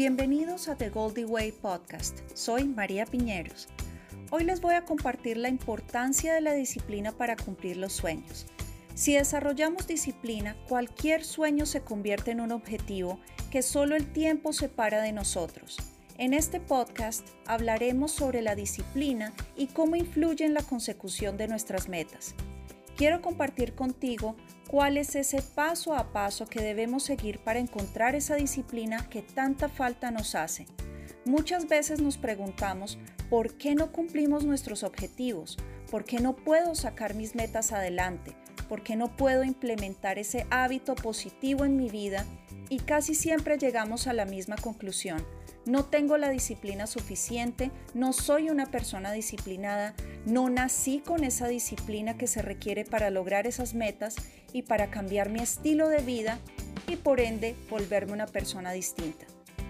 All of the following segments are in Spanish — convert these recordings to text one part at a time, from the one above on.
Bienvenidos a The Goldie Way Podcast. Soy María Piñeros. Hoy les voy a compartir la importancia de la disciplina para cumplir los sueños. Si desarrollamos disciplina, cualquier sueño se convierte en un objetivo que solo el tiempo separa de nosotros. En este podcast hablaremos sobre la disciplina y cómo influye en la consecución de nuestras metas. Quiero compartir contigo cuál es ese paso a paso que debemos seguir para encontrar esa disciplina que tanta falta nos hace. Muchas veces nos preguntamos, ¿por qué no cumplimos nuestros objetivos? ¿Por qué no puedo sacar mis metas adelante? ¿Por qué no puedo implementar ese hábito positivo en mi vida? Y casi siempre llegamos a la misma conclusión. No tengo la disciplina suficiente, no soy una persona disciplinada, no nací con esa disciplina que se requiere para lograr esas metas y para cambiar mi estilo de vida y por ende volverme una persona distinta.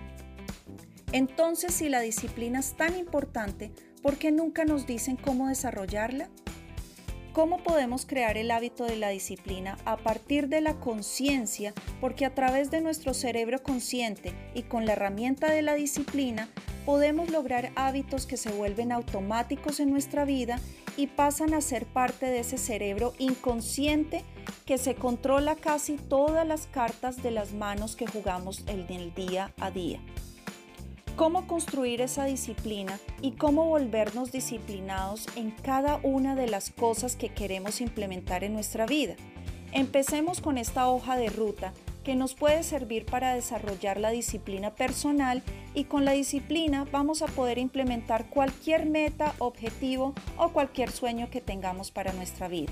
Entonces, si la disciplina es tan importante, ¿por qué nunca nos dicen cómo desarrollarla? ¿Cómo podemos crear el hábito de la disciplina a partir de la conciencia? Porque a través de nuestro cerebro consciente y con la herramienta de la disciplina, podemos lograr hábitos que se vuelven automáticos en nuestra vida y pasan a ser parte de ese cerebro inconsciente que se controla casi todas las cartas de las manos que jugamos en el día a día. ¿Cómo construir esa disciplina y cómo volvernos disciplinados en cada una de las cosas que queremos implementar en nuestra vida? Empecemos con esta hoja de ruta que nos puede servir para desarrollar la disciplina personal y con la disciplina vamos a poder implementar cualquier meta, objetivo o cualquier sueño que tengamos para nuestra vida.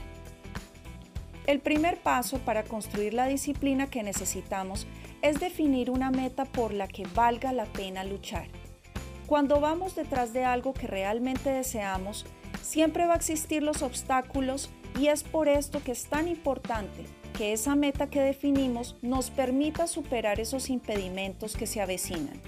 El primer paso para construir la disciplina que necesitamos es definir una meta por la que valga la pena luchar. Cuando vamos detrás de algo que realmente deseamos, siempre va a existir los obstáculos y es por esto que es tan importante que esa meta que definimos nos permita superar esos impedimentos que se avecinan.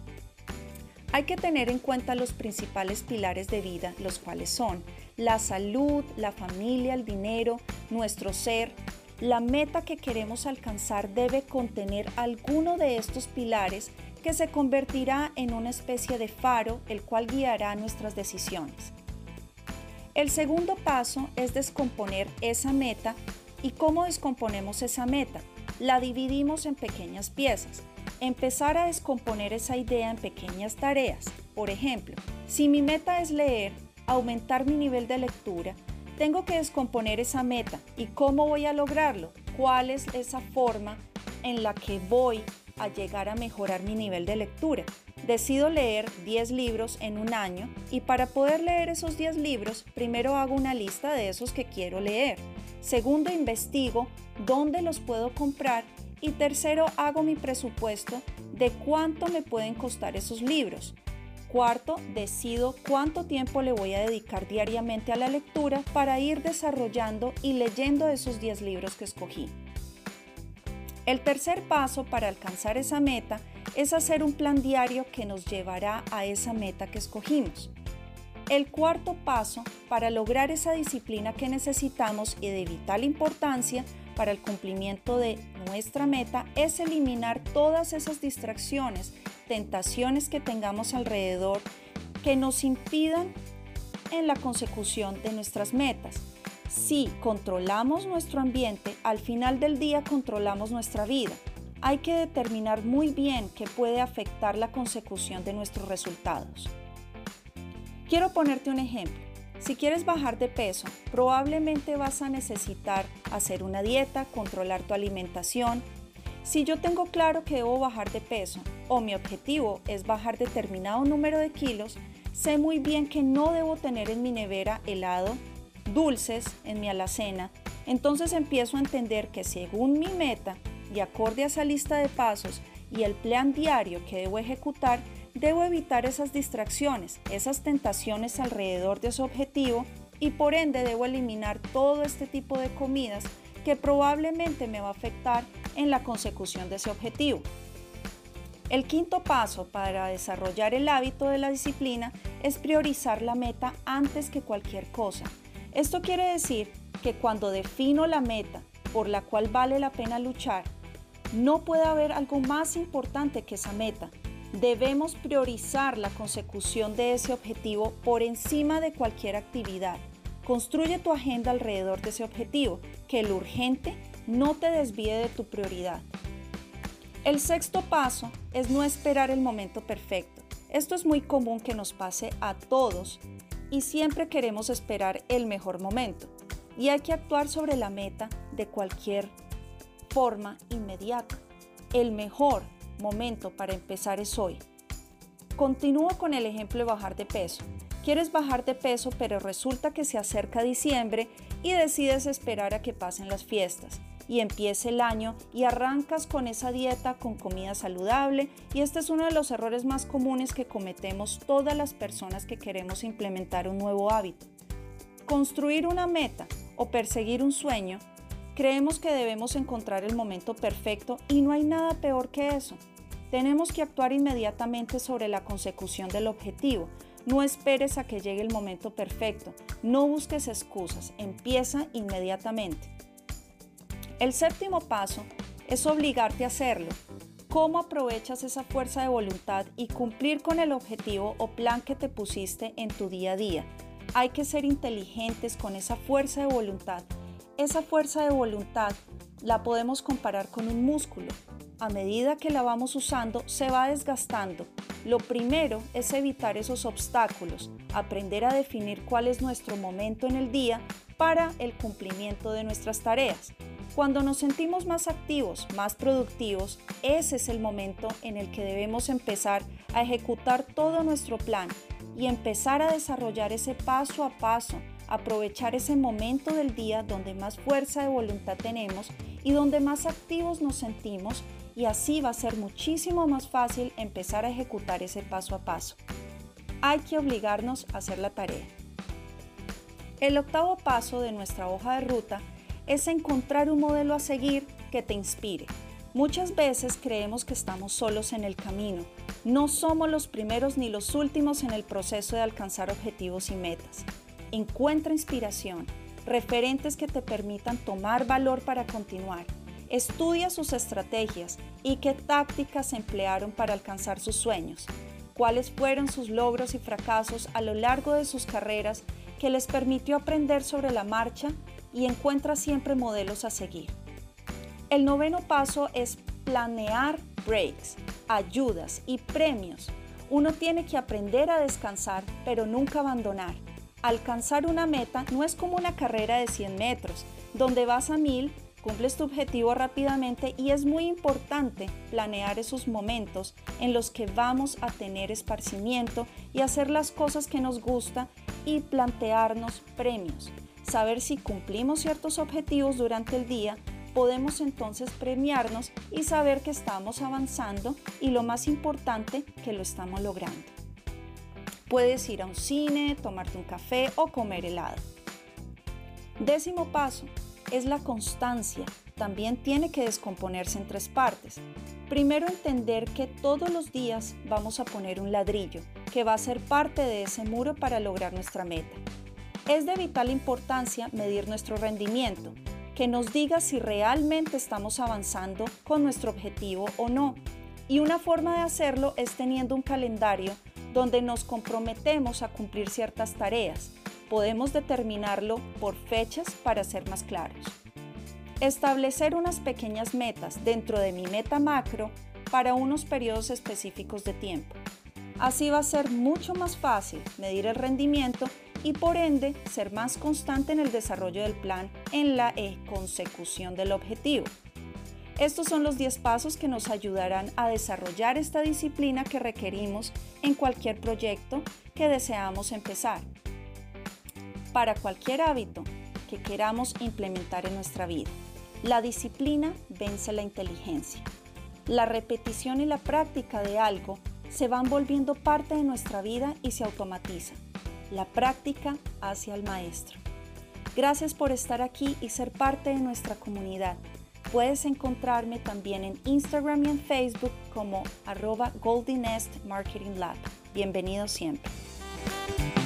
Hay que tener en cuenta los principales pilares de vida, los cuales son la salud, la familia, el dinero, nuestro ser. La meta que queremos alcanzar debe contener alguno de estos pilares que se convertirá en una especie de faro, el cual guiará nuestras decisiones. El segundo paso es descomponer esa meta. ¿Y cómo descomponemos esa meta? La dividimos en pequeñas piezas. Empezar a descomponer esa idea en pequeñas tareas. Por ejemplo, si mi meta es leer, aumentar mi nivel de lectura, tengo que descomponer esa meta. ¿Y cómo voy a lograrlo? ¿Cuál es esa forma en la que voy a llegar a mejorar mi nivel de lectura? Decido leer 10 libros en un año y para poder leer esos 10 libros, primero hago una lista de esos que quiero leer. Segundo, investigo dónde los puedo comprar. Y tercero, hago mi presupuesto de cuánto me pueden costar esos libros. Cuarto, decido cuánto tiempo le voy a dedicar diariamente a la lectura para ir desarrollando y leyendo esos 10 libros que escogí. El tercer paso para alcanzar esa meta es hacer un plan diario que nos llevará a esa meta que escogimos. El cuarto paso para lograr esa disciplina que necesitamos y de vital importancia para el cumplimiento de nuestra meta es eliminar todas esas distracciones, tentaciones que tengamos alrededor que nos impidan en la consecución de nuestras metas. Si controlamos nuestro ambiente, al final del día controlamos nuestra vida. Hay que determinar muy bien qué puede afectar la consecución de nuestros resultados. Quiero ponerte un ejemplo. Si quieres bajar de peso, probablemente vas a necesitar hacer una dieta, controlar tu alimentación. Si yo tengo claro que debo bajar de peso o mi objetivo es bajar determinado número de kilos, sé muy bien que no debo tener en mi nevera helado, dulces en mi alacena. Entonces empiezo a entender que según mi meta y acorde a esa lista de pasos y el plan diario que debo ejecutar, debo evitar esas distracciones, esas tentaciones alrededor de su objetivo y por ende debo eliminar todo este tipo de comidas que probablemente me va a afectar en la consecución de ese objetivo. El quinto paso para desarrollar el hábito de la disciplina es priorizar la meta antes que cualquier cosa. Esto quiere decir que cuando defino la meta por la cual vale la pena luchar, no puede haber algo más importante que esa meta. Debemos priorizar la consecución de ese objetivo por encima de cualquier actividad. Construye tu agenda alrededor de ese objetivo, que lo urgente no te desvíe de tu prioridad. El sexto paso es no esperar el momento perfecto. Esto es muy común que nos pase a todos y siempre queremos esperar el mejor momento. Y hay que actuar sobre la meta de cualquier forma inmediata. El mejor momento para empezar es hoy. Continúo con el ejemplo de bajar de peso. Quieres bajar de peso, pero resulta que se acerca diciembre y decides esperar a que pasen las fiestas y empiece el año y arrancas con esa dieta con comida saludable, y este es uno de los errores más comunes que cometemos todas las personas que queremos implementar un nuevo hábito. Construir una meta o perseguir un sueño, creemos que debemos encontrar el momento perfecto y no hay nada peor que eso. Tenemos que actuar inmediatamente sobre la consecución del objetivo. No esperes a que llegue el momento perfecto. No busques excusas. Empieza inmediatamente. El séptimo paso es obligarte a hacerlo. ¿Cómo aprovechas esa fuerza de voluntad y cumplir con el objetivo o plan que te pusiste en tu día a día? Hay que ser inteligentes con esa fuerza de voluntad. Esa fuerza de voluntad la podemos comparar con un músculo. A medida que la vamos usando, se va desgastando. Lo primero es evitar esos obstáculos, aprender a definir cuál es nuestro momento en el día para el cumplimiento de nuestras tareas. Cuando nos sentimos más activos, más productivos, ese es el momento en el que debemos empezar a ejecutar todo nuestro plan y empezar a desarrollar ese paso a paso, aprovechar ese momento del día donde más fuerza de voluntad tenemos y donde más activos nos sentimos, y así va a ser muchísimo más fácil empezar a ejecutar ese paso a paso. Hay que obligarnos a hacer la tarea. El octavo paso de nuestra hoja de ruta es encontrar un modelo a seguir que te inspire. Muchas veces creemos que estamos solos en el camino. No somos los primeros ni los últimos en el proceso de alcanzar objetivos y metas. Encuentra inspiración, referentes que te permitan tomar valor para continuar. Estudia sus estrategias y qué tácticas emplearon para alcanzar sus sueños. Cuáles fueron sus logros y fracasos a lo largo de sus carreras que les permitió aprender sobre la marcha, y encuentra siempre modelos a seguir. El noveno paso es planear breaks, ayudas y premios. Uno tiene que aprender a descansar, pero nunca abandonar. Alcanzar una meta no es como una carrera de 100 metros, donde vas a 1000, cumples tu objetivo rápidamente, y es muy importante planear esos momentos en los que vamos a tener esparcimiento y hacer las cosas que nos gusta y plantearnos premios. Saber si cumplimos ciertos objetivos durante el día, podemos entonces premiarnos y saber que estamos avanzando y, lo más importante, que lo estamos logrando. Puedes ir a un cine, tomarte un café o comer helado. Décimo paso es la constancia. También tiene que descomponerse en 3 partes. Primero, entender que todos los días vamos a poner un ladrillo que va a ser parte de ese muro para lograr nuestra meta. Es de vital importancia medir nuestro rendimiento, que nos diga si realmente estamos avanzando con nuestro objetivo o no. Y una forma de hacerlo es teniendo un calendario donde nos comprometemos a cumplir ciertas tareas. Podemos determinarlo por fechas para ser más claros. Establecer unas pequeñas metas dentro de mi meta macro para unos periodos específicos de tiempo. Así va a ser mucho más fácil medir el rendimiento y, por ende, ser más constante en el desarrollo del plan en la consecución del objetivo. Estos son los 10 pasos que nos ayudarán a desarrollar esta disciplina que requerimos en cualquier proyecto que deseamos empezar. Para cualquier hábito que queramos implementar en nuestra vida, la disciplina vence la inteligencia. La repetición y la práctica de algo se van volviendo parte de nuestra vida y se automatiza. La práctica hace al maestro. Gracias por estar aquí y ser parte de nuestra comunidad. Puedes encontrarme también en Instagram y en Facebook como @GoldieNestMarketingLab. Bienvenido siempre.